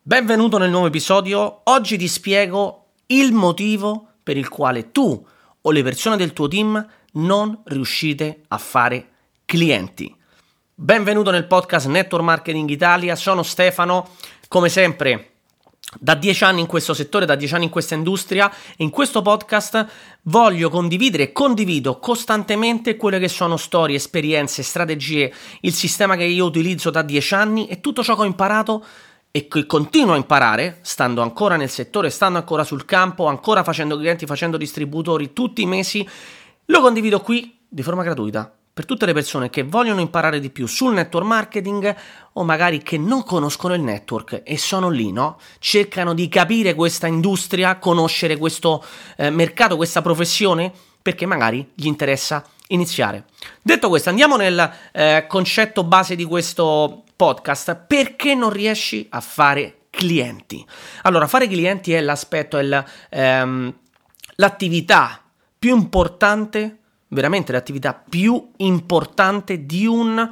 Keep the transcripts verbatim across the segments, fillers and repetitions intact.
Benvenuto nel nuovo episodio. Oggi ti spiego il motivo per il quale tu o le persone del tuo team non riuscite a fare clienti. Benvenuto nel podcast Network Marketing Italia, sono Stefano, come sempre da dieci anni in questo settore, da dieci anni in questa industria, e in questo podcast voglio condividere e condivido costantemente quelle che sono storie, esperienze, strategie, il sistema che io utilizzo da dieci anni e tutto ciò che ho imparato e che continuo a imparare, stando ancora nel settore, stando ancora sul campo, ancora facendo clienti, facendo distributori tutti i mesi, lo condivido qui di forma gratuita per tutte le persone che vogliono imparare di più sul network marketing o magari che non conoscono il network e sono lì, no? Cercano di capire questa industria, conoscere questo eh, mercato, questa professione, perché magari gli interessa iniziare. Detto questo, andiamo nel eh, concetto base di questo podcast. Perché non riesci a fare clienti? Allora, fare clienti è l'aspetto, è la, ehm, l'attività più importante, veramente l'attività più importante di un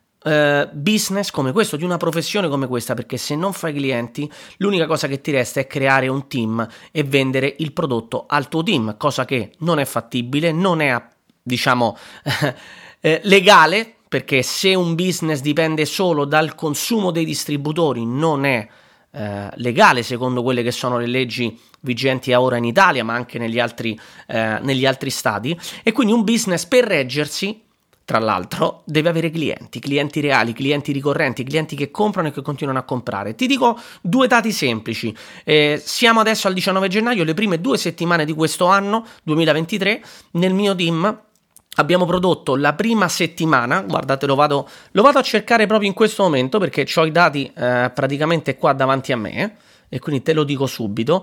uh, business come questo, di una professione come questa, perché se non fai clienti l'unica cosa che ti resta è creare un team e vendere il prodotto al tuo team, cosa che non è fattibile, non è diciamo eh, legale, perché se un business dipende solo dal consumo dei distributori non è eh, legale secondo quelle che sono le leggi vigenti ora in Italia, ma anche negli altri, eh, negli altri stati, e quindi un business per reggersi, tra l'altro, deve avere clienti, clienti reali, clienti ricorrenti, clienti che comprano e che continuano a comprare. Ti dico due dati semplici. Eh, siamo adesso al diciannove gennaio, le prime due settimane di questo anno, duemilaventitré, nel mio team abbiamo prodotto la prima settimana, guardate lo vado, lo vado a cercare proprio in questo momento perché ho i dati eh, praticamente qua davanti a me, e quindi te lo dico subito.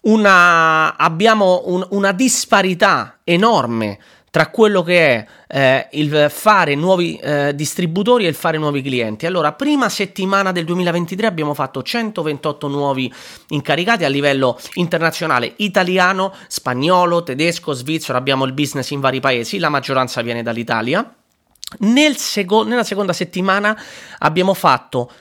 Una, abbiamo un, una disparità enorme tra quello che è eh, il fare nuovi eh, distributori e il fare nuovi clienti. Allora, prima settimana del duemilaventitré abbiamo fatto centoventotto nuovi incaricati a livello internazionale, italiano, spagnolo, tedesco, svizzero, abbiamo il business in vari paesi, la maggioranza viene dall'Italia. Nel seco- nella seconda settimana abbiamo fatto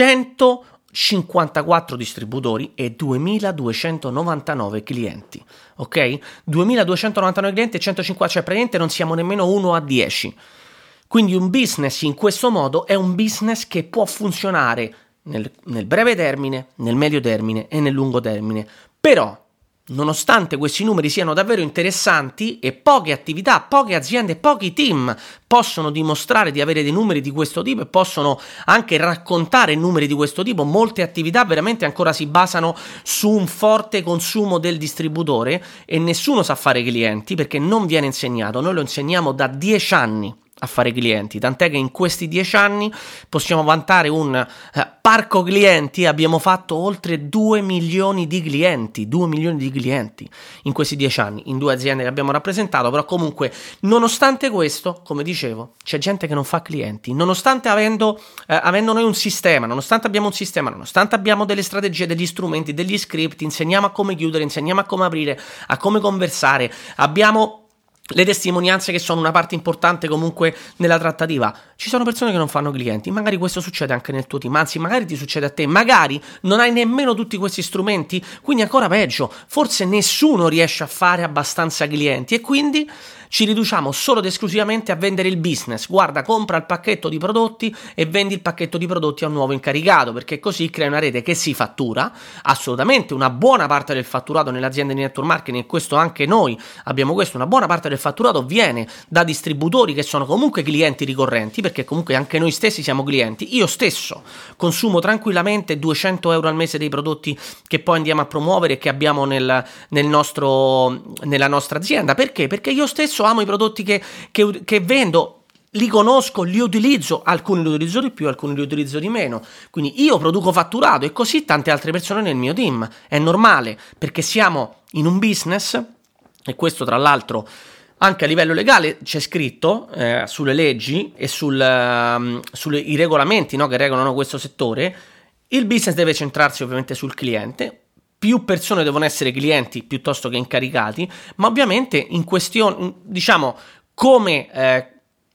centocinquantaquattro distributori e duemiladuecentonovantanove clienti, ok? duemiladuecentonovantanove clienti e centocinquanta, cioè praticamente non siamo nemmeno uno a dieci. Quindi un business in questo modo è un business che può funzionare nel, nel breve termine, nel medio termine e nel lungo termine. Però, nonostante questi numeri siano davvero interessanti e poche attività, poche aziende, pochi team possono dimostrare di avere dei numeri di questo tipo e possono anche raccontare numeri di questo tipo, molte attività veramente ancora si basano su un forte consumo del distributore e nessuno sa fare clienti perché non viene insegnato. Noi lo insegniamo da dieci anni a fare clienti, tant'è che in questi dieci anni possiamo vantare un eh, parco clienti. Abbiamo fatto oltre due milioni di clienti, due milioni di clienti in questi dieci anni, in due aziende che abbiamo rappresentato. Però comunque, nonostante questo, come dicevo, c'è gente che non fa clienti, nonostante avendo, eh, avendo noi un sistema, nonostante abbiamo un sistema, nonostante abbiamo delle strategie, degli strumenti, degli script, insegniamo a come chiudere, insegniamo a come aprire, a come conversare, abbiamo le testimonianze che sono una parte importante comunque nella trattativa. Ci sono persone che non fanno clienti, magari questo succede anche nel tuo team, anzi magari ti succede a te, magari non hai nemmeno tutti questi strumenti, quindi ancora peggio, forse nessuno riesce a fare abbastanza clienti e quindi ci riduciamo solo ed esclusivamente a vendere il business. Guarda, compra il pacchetto di prodotti e vendi il pacchetto di prodotti a un nuovo incaricato, perché così crea una rete che si fattura, assolutamente una buona parte del fatturato nelle aziende di network marketing, e questo anche noi abbiamo questo, una buona parte del fatturato viene da distributori che sono comunque clienti ricorrenti, perché comunque anche noi stessi siamo clienti. Io stesso consumo tranquillamente duecento euro al mese dei prodotti che poi andiamo a promuovere e che abbiamo nel, nel nostro, nella nostra azienda. Perché? Perché io stesso amo i prodotti che, che, che vendo, li conosco, li utilizzo, alcuni li utilizzo di più, alcuni li utilizzo di meno, quindi io produco fatturato e così tante altre persone nel mio team. È normale, perché siamo in un business, e questo tra l'altro anche a livello legale c'è scritto eh, sulle leggi e sul, um, sui regolamenti, no, che regolano questo settore. Il business deve centrarsi ovviamente sul cliente. Più persone devono essere clienti piuttosto che incaricati, ma ovviamente in questione, diciamo, come eh,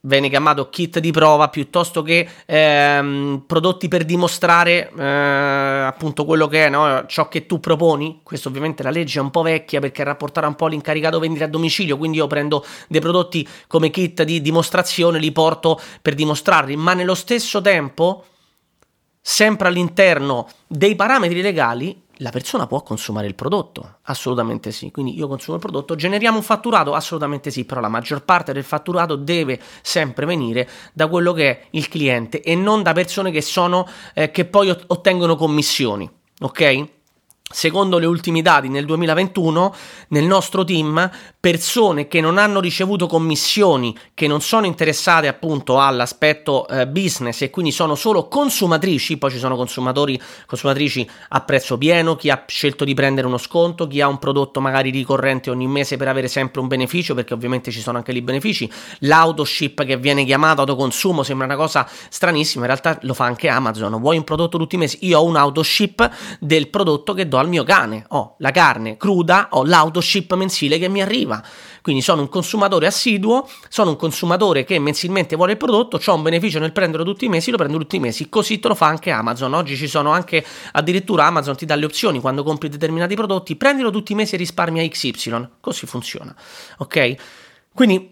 viene chiamato kit di prova piuttosto che ehm, prodotti per dimostrare eh, appunto quello che è, no? Ciò che tu proponi. Questo ovviamente la legge è un po' vecchia perché rapporterà un po' l'incaricato vendita a domicilio, quindi io prendo dei prodotti come kit di dimostrazione, li porto per dimostrarli, ma nello stesso tempo, sempre all'interno dei parametri legali, la persona può consumare il prodotto, assolutamente sì. Quindi io consumo il prodotto, generiamo un fatturato, assolutamente sì, però la maggior parte del fatturato deve sempre venire da quello che è il cliente e non da persone che sono eh, che poi ottengono commissioni, ok? Secondo le ultimi dati, nel duemilaventuno, nel nostro team, persone che non hanno ricevuto commissioni, che non sono interessate appunto all'aspetto eh, business e quindi sono solo consumatrici, poi ci sono consumatori, consumatrici a prezzo pieno, chi ha scelto di prendere uno sconto, chi ha un prodotto magari ricorrente ogni mese per avere sempre un beneficio, perché ovviamente ci sono anche lì benefici, l'autoship che viene chiamato autoconsumo, sembra una cosa stranissima, in realtà lo fa anche Amazon. Vuoi un prodotto tutti i mesi? Io ho un autoship del prodotto che do al mio cane, ho la carne cruda, ho l'autoship mensile che mi arriva, quindi sono un consumatore assiduo, sono un consumatore che mensilmente vuole il prodotto, ho un beneficio nel prenderlo tutti i mesi, lo prendo tutti i mesi, così te lo fa anche Amazon. Oggi ci sono anche, addirittura Amazon ti dà le opzioni, quando compri determinati prodotti, prendilo tutti i mesi e risparmia X Y, così funziona, ok? Quindi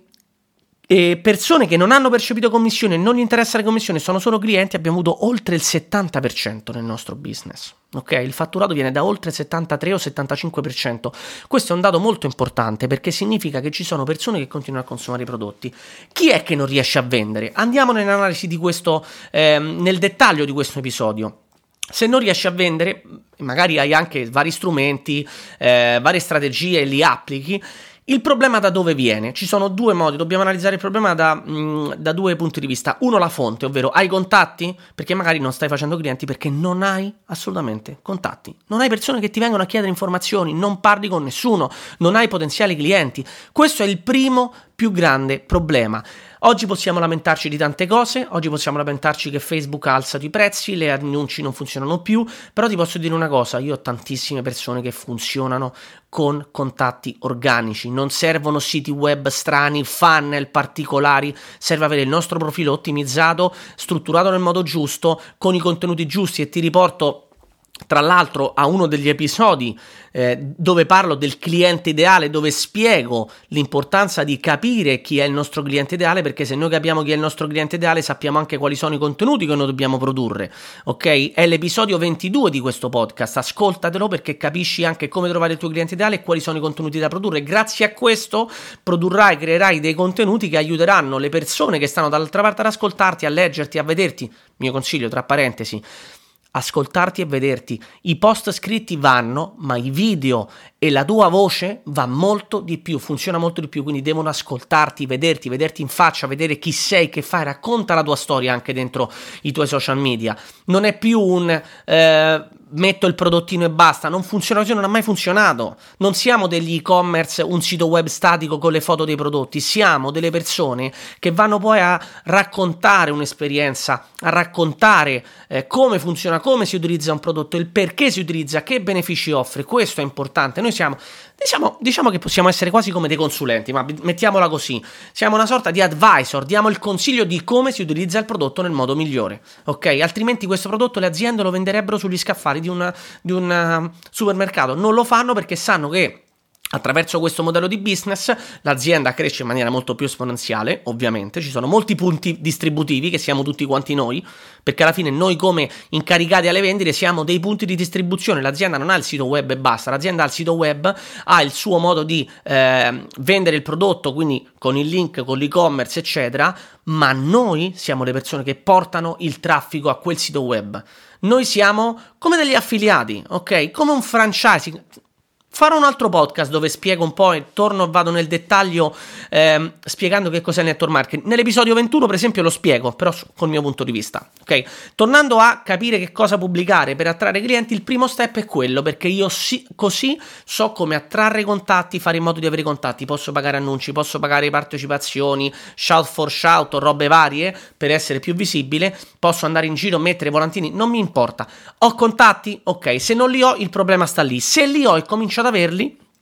e persone che non hanno percepito commissione e non gli interessa le commissioni, sono solo clienti, abbiamo avuto oltre il settanta per cento nel nostro business, ok? Il fatturato viene da oltre il settantatré o settantacinque per cento. Questo è un dato molto importante perché significa che ci sono persone che continuano a consumare i prodotti. Chi è che non riesce a vendere? Andiamo nell'analisi di questo, ehm, nel dettaglio di questo episodio. Se non riesci a vendere, magari hai anche vari strumenti, eh, varie strategie, li applichi. Il problema da dove viene? Ci sono due modi, dobbiamo analizzare il problema da, mh, da due punti di vista. Uno, la fonte, ovvero hai contatti? Perché magari non stai facendo clienti perché non hai assolutamente contatti. Non hai persone che ti vengono a chiedere informazioni, non parli con nessuno, non hai potenziali clienti. Questo è il primo più grande problema. Oggi possiamo lamentarci di tante cose, oggi possiamo lamentarci che Facebook ha alzato i prezzi, le annunci non funzionano più, però ti posso dire una cosa, io ho tantissime persone che funzionano con contatti organici, non servono siti web strani, funnel particolari, serve avere il nostro profilo ottimizzato, strutturato nel modo giusto, con i contenuti giusti, e ti riporto tra l'altro a uno degli episodi eh, dove parlo del cliente ideale, dove spiego l'importanza di capire chi è il nostro cliente ideale, perché se noi capiamo chi è il nostro cliente ideale sappiamo anche quali sono i contenuti che noi dobbiamo produrre, ok? È l'episodio ventidue di questo podcast, ascoltatelo perché capisci anche come trovare il tuo cliente ideale e quali sono i contenuti da produrre. Grazie a questo produrrai, creerai dei contenuti che aiuteranno le persone che stanno dall'altra parte ad ascoltarti, a leggerti, a vederti. Mio consiglio, tra parentesi, ascoltarti e vederti. I post scritti vanno, ma i video e la tua voce va molto di più, funziona molto di più, quindi devono ascoltarti, vederti, vederti in faccia, vedere chi sei, che fai, racconta la tua storia anche dentro i tuoi social media. Non è più un eh, metto il prodottino e basta, non funziona così, non ha mai funzionato. Non siamo degli e-commerce, un sito web statico con le foto dei prodotti, siamo delle persone che vanno poi a raccontare un'esperienza, a raccontare eh, come funziona, come si utilizza un prodotto, il perché si utilizza, che benefici offre. Questo è importante. Noi siamo, diciamo, diciamo che possiamo essere quasi come dei consulenti, ma mettiamola così, siamo una sorta di advisor, diamo il consiglio di come si utilizza il prodotto nel modo migliore, ok? Altrimenti questo prodotto le aziende lo venderebbero sugli scaffali di un di un supermercato. Non lo fanno perché sanno che attraverso questo modello di business l'azienda cresce in maniera molto più esponenziale. Ovviamente ci sono molti punti distributivi che siamo tutti quanti noi, perché alla fine noi come incaricati alle vendite siamo dei punti di distribuzione. L'azienda non ha il sito web e basta, l'azienda ha il sito web, ha il suo modo di eh, vendere il prodotto, quindi con il link, con l'e-commerce eccetera, ma noi siamo le persone che portano il traffico a quel sito web. Noi siamo come degli affiliati, ok? Come un franchising. Farò un altro podcast dove spiego un po' e torno e vado nel dettaglio ehm, spiegando che cos'è il network marketing. Nell'episodio ventuno, per esempio, lo spiego, però col mio punto di vista, ok? Tornando a capire che cosa pubblicare per attrarre clienti, il primo step è quello, perché io sì, così so come attrarre contatti, fare in modo di avere contatti. Posso pagare annunci, posso pagare partecipazioni, shout for shout o robe varie per essere più visibile, posso andare in giro, mettere volantini, non mi importa. Ho contatti? Ok, se non li ho il problema sta lì. Se li ho e comincio ad averli,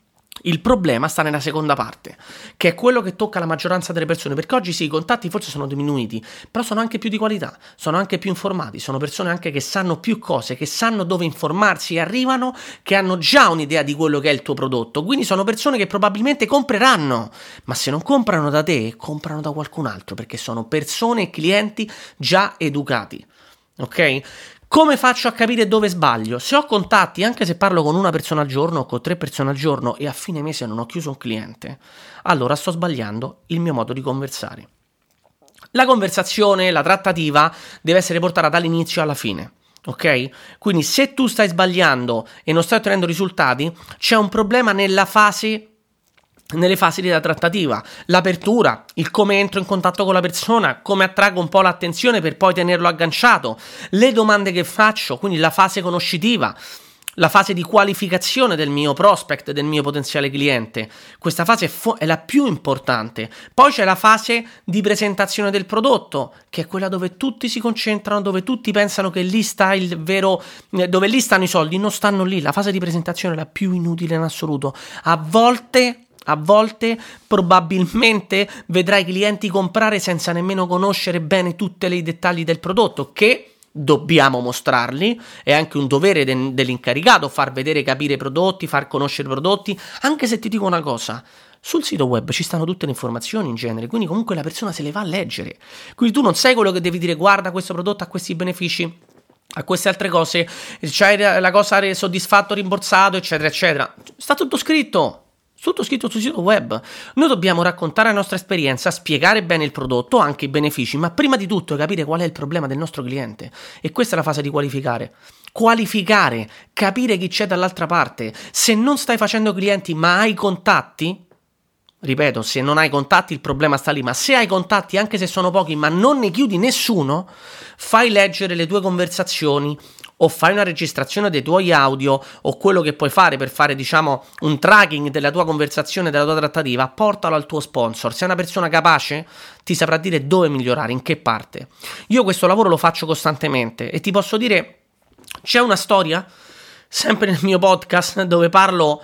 Il problema sta nella seconda parte, che è quello che tocca la maggioranza delle persone, perché oggi sì, i contatti forse sono diminuiti, però sono anche più di qualità, sono anche più informati, sono persone anche che sanno più cose, che sanno dove informarsi e arrivano, che hanno già un'idea di quello che è il tuo prodotto, quindi sono persone che probabilmente compreranno, ma se non comprano da te, comprano da qualcun altro, perché sono persone e clienti già educati, ok? Come faccio a capire dove sbaglio? Se ho contatti, anche se parlo con una persona al giorno o con tre persone al giorno e a fine mese non ho chiuso un cliente, allora sto sbagliando il mio modo di conversare. La conversazione, la trattativa deve essere portata dall'inizio alla fine, ok? Quindi se tu stai sbagliando e non stai ottenendo risultati, c'è un problema nella fase nelle fasi della trattativa, l'apertura, il come entro in contatto con la persona, come attraggo un po' l'attenzione per poi tenerlo agganciato, le domande che faccio, quindi la fase conoscitiva, la fase di qualificazione del mio prospect, del mio potenziale cliente. Questa fase è, fo- è la più importante. Poi c'è la fase di presentazione del prodotto, che è quella dove tutti si concentrano, dove tutti pensano che lì sta il vero, dove lì stanno i soldi, non stanno lì. La fase di presentazione è la più inutile in assoluto. A volte A volte probabilmente vedrai clienti comprare senza nemmeno conoscere bene tutti i dettagli del prodotto, che dobbiamo mostrarli, è anche un dovere de- dell'incaricato far vedere, capire i prodotti, far conoscere i prodotti, anche se ti dico una cosa, sul sito web ci stanno tutte le informazioni in genere, quindi comunque la persona se le va a leggere, quindi tu non sei quello che devi dire guarda questo prodotto ha questi benefici, a queste altre cose, c'hai la cosa soddisfatto, rimborsato, eccetera, eccetera, sta tutto scritto. Tutto scritto sul sito web. Noi dobbiamo raccontare la nostra esperienza, spiegare bene il prodotto, anche i benefici, ma prima di tutto capire qual è il problema del nostro cliente. E questa è la fase di qualificare. Qualificare, capire chi c'è dall'altra parte. Se non stai facendo clienti ma hai contatti, ripeto, se non hai contatti il problema sta lì, ma se hai contatti, anche se sono pochi, ma non ne chiudi nessuno, fai leggere le tue conversazioni, o fai una registrazione dei tuoi audio o quello che puoi fare per fare, diciamo, un tracking della tua conversazione, della tua trattativa, portalo al tuo sponsor. Se è una persona capace, ti saprà dire dove migliorare, in che parte. Io questo lavoro lo faccio costantemente e ti posso dire, c'è una storia, sempre nel mio podcast, dove parlo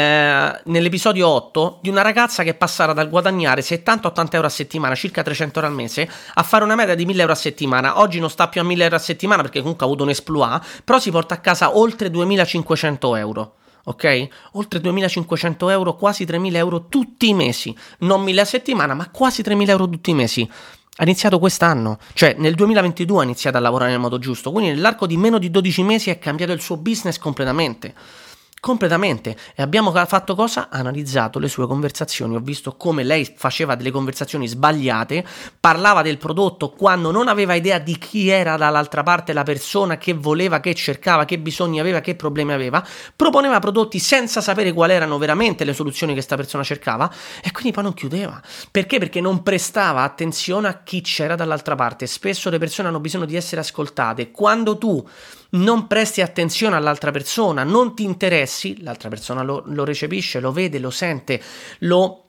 eh, nell'episodio otto di una ragazza che è passata dal guadagnare settanta ottanta euro a settimana, circa trecento euro al mese, a fare una media di mille euro a settimana. Oggi non sta più a mille euro a settimana perché comunque ha avuto un exploit, però si porta a casa oltre duemilacinquecento euro. Ok? Oltre duemilacinquecento euro, quasi tremila euro tutti i mesi, non mille a settimana, ma quasi tremila euro tutti i mesi. Ha iniziato quest'anno, cioè nel duemilaventidue ha iniziato a lavorare nel modo giusto, quindi nell'arco di meno di dodici mesi è cambiato il suo business completamente. Completamente. E abbiamo fatto cosa? Analizzato le sue conversazioni. Ho visto come lei faceva delle conversazioni sbagliate, parlava del prodotto quando non aveva idea di chi era dall'altra parte la persona, che voleva, che cercava, che bisogni aveva, che problemi aveva, proponeva prodotti senza sapere quali erano veramente le soluzioni che sta persona cercava e quindi poi non chiudeva. Perché? Perché non prestava attenzione a chi c'era dall'altra parte. Spesso le persone hanno bisogno di essere ascoltate. Quando tu non presti attenzione all'altra persona, non ti interessi, l'altra persona lo, lo recepisce, lo vede, lo sente, lo,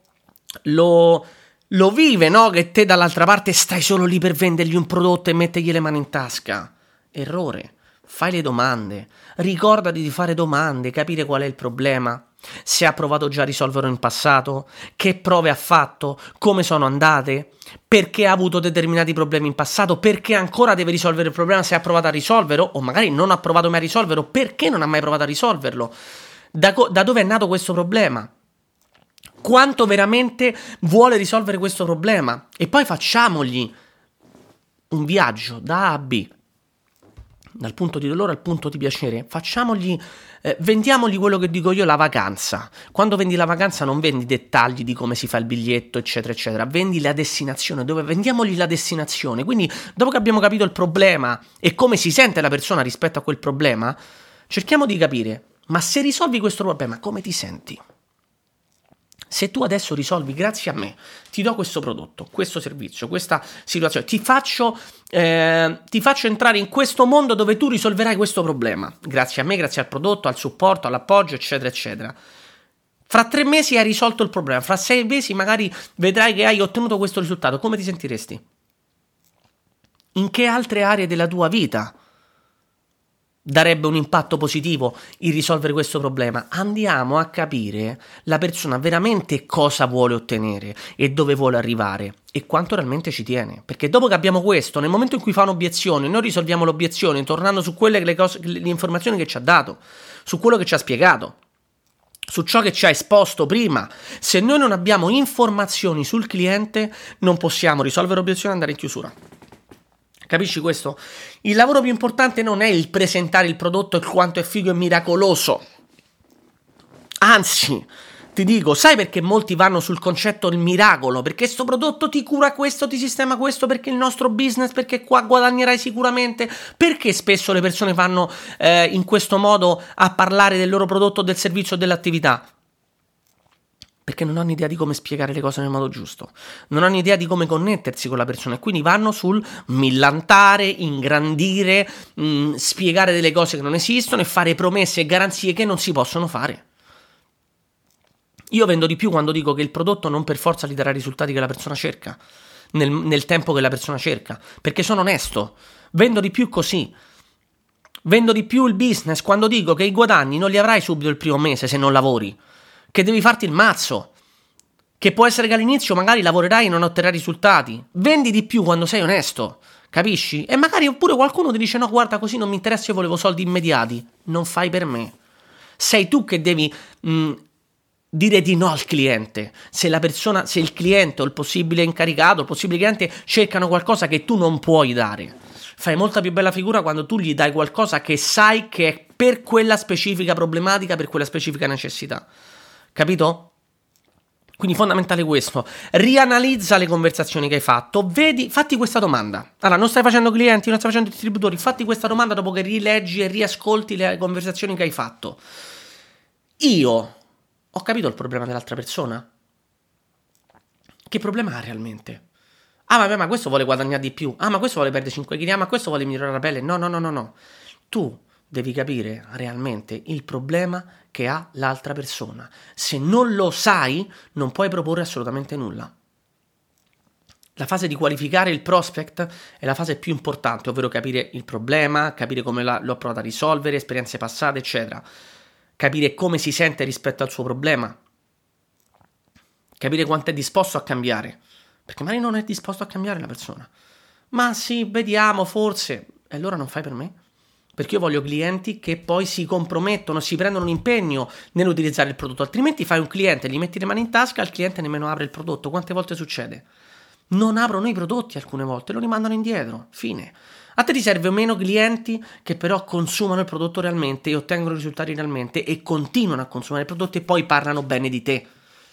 lo, lo vive, no? Che te dall'altra parte stai solo lì per vendergli un prodotto e mettergli le mani in tasca. Errore. Fai le domande, ricordati di fare domande, capire qual è il problema, se ha provato già a risolverlo in passato, che prove ha fatto, come sono andate, perché ha avuto determinati problemi in passato, perché ancora deve risolvere il problema, se ha provato a risolverlo o magari non ha provato mai a risolverlo, perché non ha mai provato a risolverlo, da, co- da dove è nato questo problema, quanto veramente vuole risolvere questo problema e poi facciamogli un viaggio da A a B, dal punto di dolore al punto di piacere, facciamogli, eh, vendiamogli quello che dico io, la vacanza. Quando vendi la vacanza non vendi dettagli di come si fa il biglietto, eccetera, eccetera, vendi la destinazione, dove vendiamogli la destinazione. Quindi, dopo che abbiamo capito il problema e come si sente la persona rispetto a quel problema, cerchiamo di capire, ma se risolvi questo problema, come ti senti? Se tu adesso risolvi, grazie a me, ti do questo prodotto, questo servizio, questa situazione, ti faccio, eh, ti faccio entrare in questo mondo dove tu risolverai questo problema, grazie a me, grazie al prodotto, al supporto, all'appoggio, eccetera, eccetera. Fra tre mesi hai risolto il problema, fra sei mesi magari vedrai che hai ottenuto questo risultato, come ti sentiresti? In che altre aree della tua vita darebbe un impatto positivo il risolvere questo problema. Andiamo a capire la persona veramente cosa vuole ottenere e dove vuole arrivare e quanto realmente ci tiene, perché dopo che abbiamo questo, nel momento in cui fa un'obiezione, noi risolviamo l'obiezione tornando su quelle le, cose, le informazioni che ci ha dato, su quello che ci ha spiegato, su ciò che ci ha esposto prima. Se noi non abbiamo informazioni sul cliente, non possiamo risolvere l'obiezione e andare in chiusura. Capisci questo? Il lavoro più importante non è il presentare il prodotto e quanto è figo e miracoloso. Anzi, ti dico, sai perché molti vanno sul concetto del miracolo? Perché sto prodotto ti cura questo, ti sistema questo, perché il nostro business, perché qua guadagnerai sicuramente. Perché spesso le persone vanno eh, in questo modo a parlare del loro prodotto, del servizio o dell'attività? Perché non hanno idea di come spiegare le cose nel modo giusto, non hanno idea di come connettersi con la persona e quindi vanno sul millantare, ingrandire, mh, spiegare delle cose che non esistono e fare promesse e garanzie che non si possono fare. Io vendo di più quando dico che il prodotto non per forza gli darà i risultati che la persona cerca, nel, nel tempo che la persona cerca, perché sono onesto, vendo di più così. Vendo di più il business quando dico che i guadagni non li avrai subito il primo mese se non lavori, che devi farti il mazzo, che può essere che all'inizio magari lavorerai e non otterrai risultati. Vendi di più quando sei onesto, capisci? E magari oppure qualcuno ti dice no, guarda, così non mi interessa, io volevo soldi immediati. Non fai per me. Sei tu che devi mh, dire di no al cliente. Se la persona, se il cliente o il possibile incaricato, il possibile cliente cercano qualcosa che tu non puoi dare. Fai molta più bella figura quando tu gli dai qualcosa che sai che è per quella specifica problematica, per quella specifica necessità. Capito? Quindi fondamentale questo. Rianalizza le conversazioni che hai fatto. Vedi, fatti questa domanda. Allora, non stai facendo clienti, non stai facendo distributori. Fatti questa domanda dopo che rileggi e riascolti le conversazioni che hai fatto. Io ho capito il problema dell'altra persona? Che problema ha realmente? Ah, vabbè, ma questo vuole guadagnare di più. Ah, ma questo vuole perdere cinque chili. Ah, ma questo vuole migliorare la pelle. No, no, no, no, no. Tu devi capire realmente il problema che ha l'altra persona. Se non lo sai, non puoi proporre assolutamente nulla. La fase di qualificare il prospect è la fase più importante, ovvero capire il problema, capire come la, lo ha provato a risolvere, esperienze passate, eccetera. Capire come si sente rispetto al suo problema. Capire quanto è disposto a cambiare. Perché magari non è disposto a cambiare la persona. Ma sì, vediamo, forse. E allora non fai per me? Perché io voglio clienti che poi si compromettono, si prendono un impegno nell'utilizzare il prodotto. Altrimenti fai un cliente, gli metti le mani in tasca, il cliente nemmeno apre il prodotto. Quante volte succede? Non aprono i prodotti alcune volte, lo rimandano indietro. Fine. A te ti serve meno clienti che però consumano il prodotto realmente e ottengono risultati realmente e continuano a consumare il prodotto e poi parlano bene di te.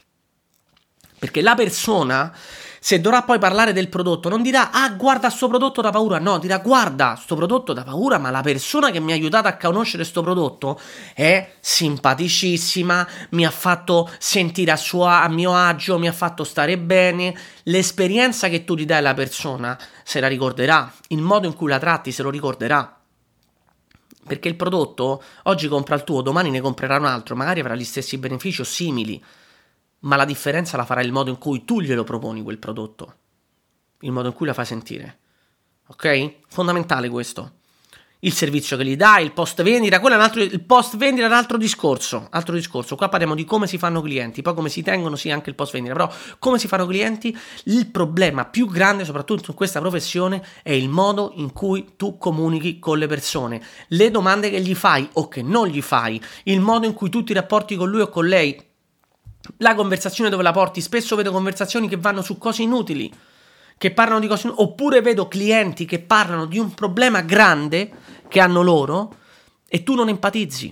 Perché la persona, se dovrà poi parlare del prodotto, non dirà ah guarda sto prodotto da paura, no, dirà guarda sto prodotto da paura, ma la persona che mi ha aiutato a conoscere sto prodotto è simpaticissima, mi ha fatto sentire a, suo, a mio agio, mi ha fatto stare bene. L'esperienza che tu ti dai alla persona se la ricorderà, il modo in cui la tratti se lo ricorderà. Perché il prodotto oggi compra il tuo, domani ne comprerà un altro, magari avrà gli stessi benefici o simili. Ma la differenza la farà il modo in cui tu glielo proponi quel prodotto, il modo in cui la fai sentire, ok? Fondamentale questo. Il servizio che gli dai, il post vendita, quello è un altro, il post vendita è un altro discorso, altro discorso. Qua parliamo di come si fanno clienti, poi come si tengono, sì, anche il post vendita, però come si fanno clienti, il problema più grande, soprattutto in questa professione, è il modo in cui tu comunichi con le persone, le domande che gli fai o che non gli fai, il modo in cui tu ti rapporti con lui o con lei. La conversazione dove la porti, spesso vedo conversazioni che vanno su cose inutili, che parlano di cose inutili, oppure vedo clienti che parlano di un problema grande che hanno loro e tu non empatizzi.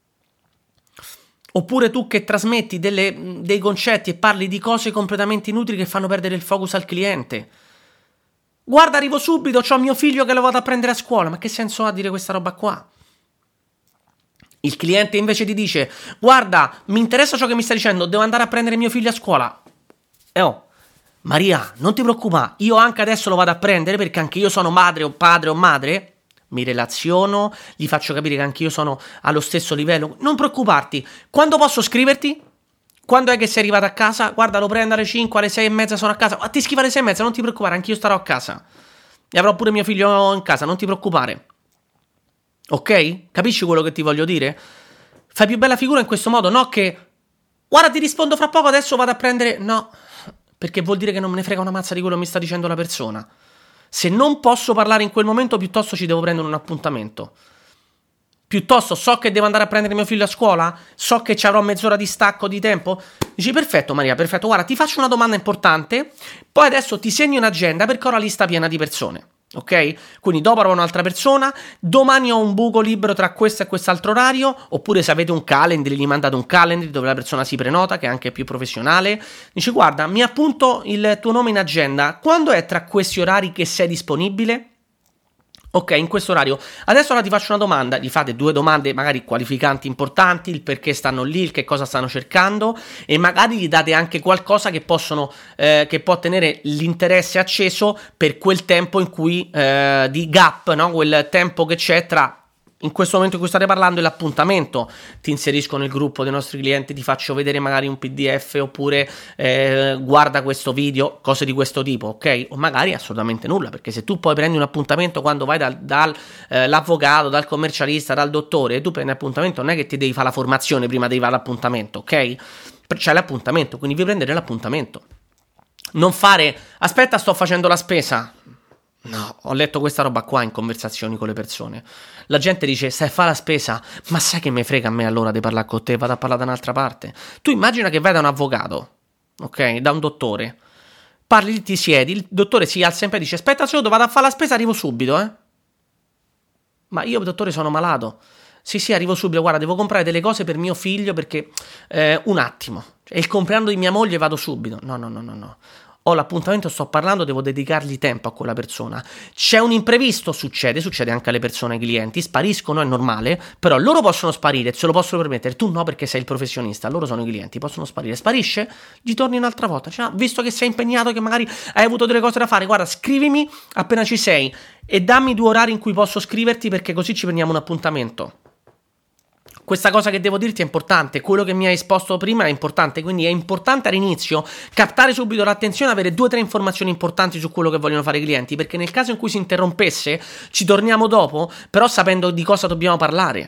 Oppure tu che trasmetti delle, dei concetti e parli di cose completamente inutili che fanno perdere il focus al cliente. Guarda, arrivo subito, c'ho mio figlio che lo vado a prendere a scuola. Ma che senso ha dire questa roba qua? Il cliente invece ti dice guarda, mi interessa ciò che mi stai dicendo, devo andare a prendere mio figlio a scuola. E oh, Maria, non ti preoccupare, io anche adesso lo vado a prendere perché anche io sono madre o padre o madre, mi relaziono, gli faccio capire che anche io sono allo stesso livello. Non preoccuparti, quando posso scriverti? Quando è che sei arrivato a casa? Guarda, lo prendo alle cinque, alle sei e mezza sono a casa. Ma ti scrivo alle sei e mezza, non ti preoccupare, anche io starò a casa. E avrò pure mio figlio in casa, non ti preoccupare. Ok? Capisci quello che ti voglio dire? Fai più bella figura in questo modo, no che guarda ti rispondo fra poco, adesso vado a prendere... No, perché vuol dire che non me ne frega una mazza di quello che mi sta dicendo la persona. Se non posso parlare in quel momento, piuttosto ci devo prendere un appuntamento. Piuttosto so che devo andare a prendere mio figlio a scuola, so che ci avrò mezz'ora di stacco di tempo. Dici perfetto Maria, perfetto, guarda ti faccio una domanda importante, poi adesso ti segno un'agenda perché ho la lista piena di persone. Ok? Quindi dopo avrò un'altra persona, domani ho un buco libero tra questo e quest'altro orario, oppure se avete un calendar, gli mandate un calendar dove la persona si prenota, che è anche più professionale. Dici guarda, mi appunto il tuo nome in agenda, quando è tra questi orari che sei disponibile? Ok, in questo orario. Adesso ora ti faccio una domanda, gli fate due domande magari qualificanti importanti, il perché stanno lì, il che cosa stanno cercando e magari gli date anche qualcosa che possono, eh, che può tenere l'interesse acceso per quel tempo in cui, eh, di gap, no? Quel tempo che c'è tra in questo momento in cui state parlando e l'appuntamento. Ti inserisco nel gruppo dei nostri clienti, ti faccio vedere magari un P D F oppure eh, guarda questo video, cose di questo tipo, ok? O magari assolutamente nulla, perché se tu poi prendi un appuntamento quando vai dal, dal eh, l'avvocato, dal commercialista, dal dottore e tu prendi appuntamento, non è che ti devi fare la formazione prima di fare l'appuntamento, ok? C'è l'appuntamento, quindi devi prendere l'appuntamento. Non fare, aspetta sto facendo la spesa. No, ho letto questa roba qua in conversazioni con le persone. La gente dice, sai fa la spesa, ma sai che me frega a me allora di parlare con te, vado a parlare da un'altra parte. Tu immagina che vai da un avvocato, ok, da un dottore, parli, ti siedi, il dottore si alza in piedi e dice, aspetta un secondo, vado a fare la spesa, arrivo subito, eh. Ma io dottore sono malato. Sì sì, arrivo subito, guarda, devo comprare delle cose per mio figlio perché, eh, un attimo, è il compleanno di mia moglie, vado subito. No, no, no, no, no. Ho l'appuntamento, sto parlando, devo dedicargli tempo a quella persona. C'è un imprevisto, succede, succede anche alle persone, ai clienti, spariscono, è normale, però loro possono sparire, se lo possono permettere, tu no perché sei il professionista, loro sono i clienti, possono sparire, sparisce, gli torni un'altra volta, cioè, visto che sei impegnato, che magari hai avuto delle cose da fare, guarda, scrivimi appena ci sei e dammi due orari in cui posso scriverti perché così ci prendiamo un appuntamento. Questa cosa che devo dirti è importante, quello che mi hai esposto prima è importante, quindi è importante all'inizio captare subito l'attenzione, avere due o tre informazioni importanti su quello che vogliono fare i clienti, perché nel caso in cui si interrompesse ci torniamo dopo, però sapendo di cosa dobbiamo parlare,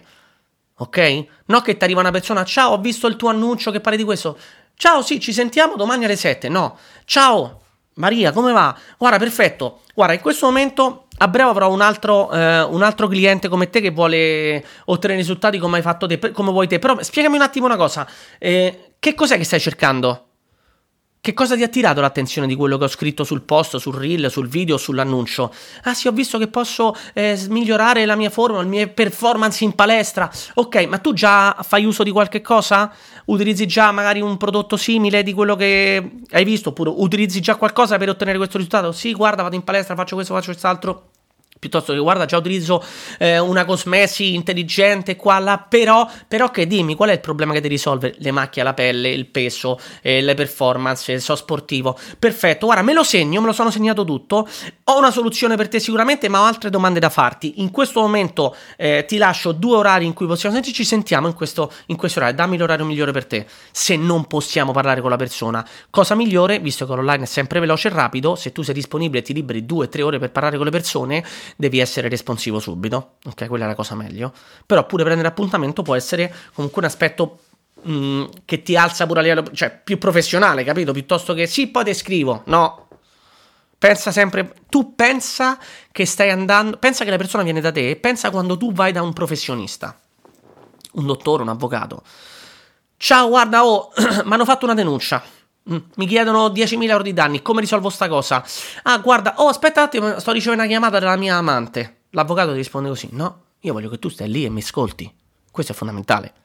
ok? No che ti arriva una persona, ciao ho visto il tuo annuncio che parli di questo, ciao sì ci sentiamo domani alle sette, no, ciao Maria come va? Guarda perfetto, guarda in questo momento... A breve avrò un altro, eh, un altro cliente come te che vuole ottenere risultati come hai fatto te, come vuoi te. Però spiegami un attimo una cosa. Eh, che cos'è che stai cercando? Che cosa ti ha attirato l'attenzione di quello che ho scritto sul post, sul reel, sul video, sull'annuncio? Ah sì, ho visto che posso eh, migliorare la mia forma, le mie performance in palestra. Ok, ma tu già fai uso di qualche cosa? Utilizzi già magari un prodotto simile di quello che hai visto? Oppure utilizzi già qualcosa per ottenere questo risultato? Sì, guarda, vado in palestra, faccio questo, faccio quest'altro. Piuttosto che guarda già utilizzo eh, una cosmesi intelligente qua là, però, però che dimmi qual è il problema che ti risolve? Le macchie alla pelle, il peso, eh, le performance, il so sportivo. Perfetto, guarda me lo segno, me lo sono segnato tutto, ho una soluzione per te sicuramente ma ho altre domande da farti. In questo momento eh, ti lascio due orari in cui possiamo sentirci, ci sentiamo in questo, in questo orario, dammi l'orario migliore per te. Se non possiamo parlare con la persona, cosa migliore, visto che l'online è sempre veloce e rapido, se tu sei disponibile e ti liberi due o tre ore per parlare con le persone, devi essere responsivo subito, ok? Quella è la cosa meglio. Però pure prendere appuntamento può essere comunque un aspetto mh, che ti alza pure a livello, cioè più professionale, capito? Piuttosto che sì, poi te scrivo, no. Pensa sempre, tu pensa che stai andando, pensa che la persona viene da te e pensa quando tu vai da un professionista, un dottore, un avvocato. Ciao, guarda, oh, mi hanno fatto una denuncia. Mi chiedono diecimila euro di danni, come risolvo sta cosa? Ah guarda, oh aspetta un attimo, sto ricevendo una chiamata dalla mia amante. L'avvocato ti risponde così, no, io voglio che tu stai lì e mi ascolti. Questo è fondamentale.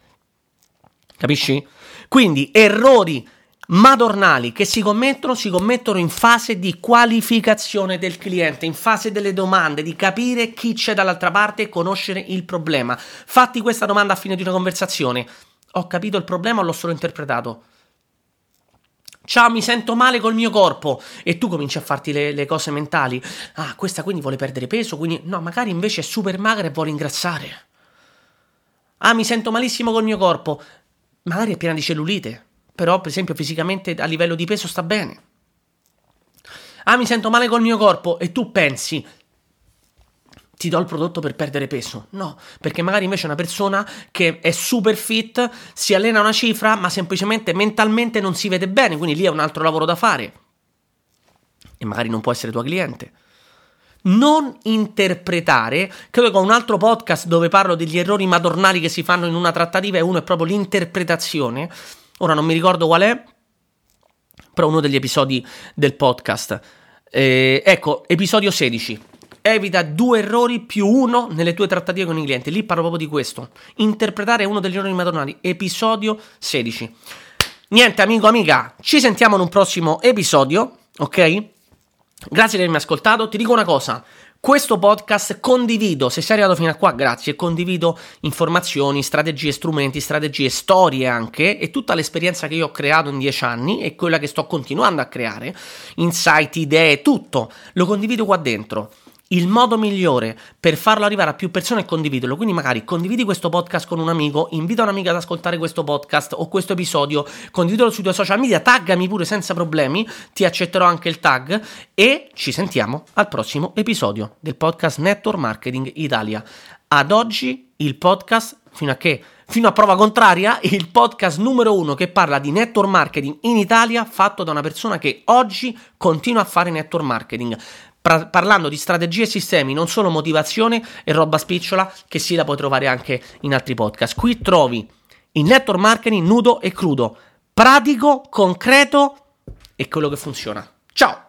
Capisci? Quindi errori madornali che si commettono, si commettono in fase di qualificazione del cliente, in fase delle domande, di capire chi c'è dall'altra parte e conoscere il problema. Fatti questa domanda a fine di una conversazione. Ho capito il problema o l'ho solo interpretato? Ciao, mi sento male col mio corpo. E tu cominci a farti le, le cose mentali. Ah, questa quindi vuole perdere peso, quindi... No, magari invece è super magra e vuole ingrassare. Ah, mi sento malissimo col mio corpo. Magari è piena di cellulite. Però, per esempio, fisicamente a livello di peso sta bene. Ah, mi sento male col mio corpo. E tu pensi... ti do il prodotto per perdere peso. No, perché magari invece una persona che è super fit, si allena una cifra, ma semplicemente mentalmente non si vede bene, quindi lì è un altro lavoro da fare. E magari non può essere tua cliente. Non interpretare, credo che ho un altro podcast dove parlo degli errori madornali che si fanno in una trattativa e uno è proprio l'interpretazione. Ora non mi ricordo qual è, però uno degli episodi del podcast. Eh, ecco, episodio sedici. Evita due errori più uno nelle tue trattative con i clienti. Lì parlo proprio di questo. Interpretare uno degli errori madornali. Episodio sedici. Niente, amico, amica, ci sentiamo in un prossimo episodio, ok? Grazie di avermi ascoltato. Ti dico una cosa. Questo podcast condivido, se sei arrivato fino a qua, grazie, condivido informazioni, strategie, strumenti, strategie, storie anche e tutta l'esperienza che io ho creato in dieci anni e quella che sto continuando a creare, insight, idee, tutto, lo condivido qua dentro. Il modo migliore per farlo arrivare a più persone è condividerlo, quindi magari condividi questo podcast con un amico, invita un'amica ad ascoltare questo podcast o questo episodio, condividilo sui tuoi social media, taggami pure senza problemi, ti accetterò anche il tag e ci sentiamo al prossimo episodio del podcast Network Marketing Italia. Ad oggi il podcast, fino a che, fino a prova contraria, il podcast numero uno che parla di network marketing in Italia fatto da una persona che oggi continua a fare network marketing. Parlando di strategie e sistemi, non solo motivazione e roba spicciola che sì la puoi trovare anche in altri podcast. Qui trovi il network marketing nudo e crudo, pratico, concreto e quello che funziona. Ciao!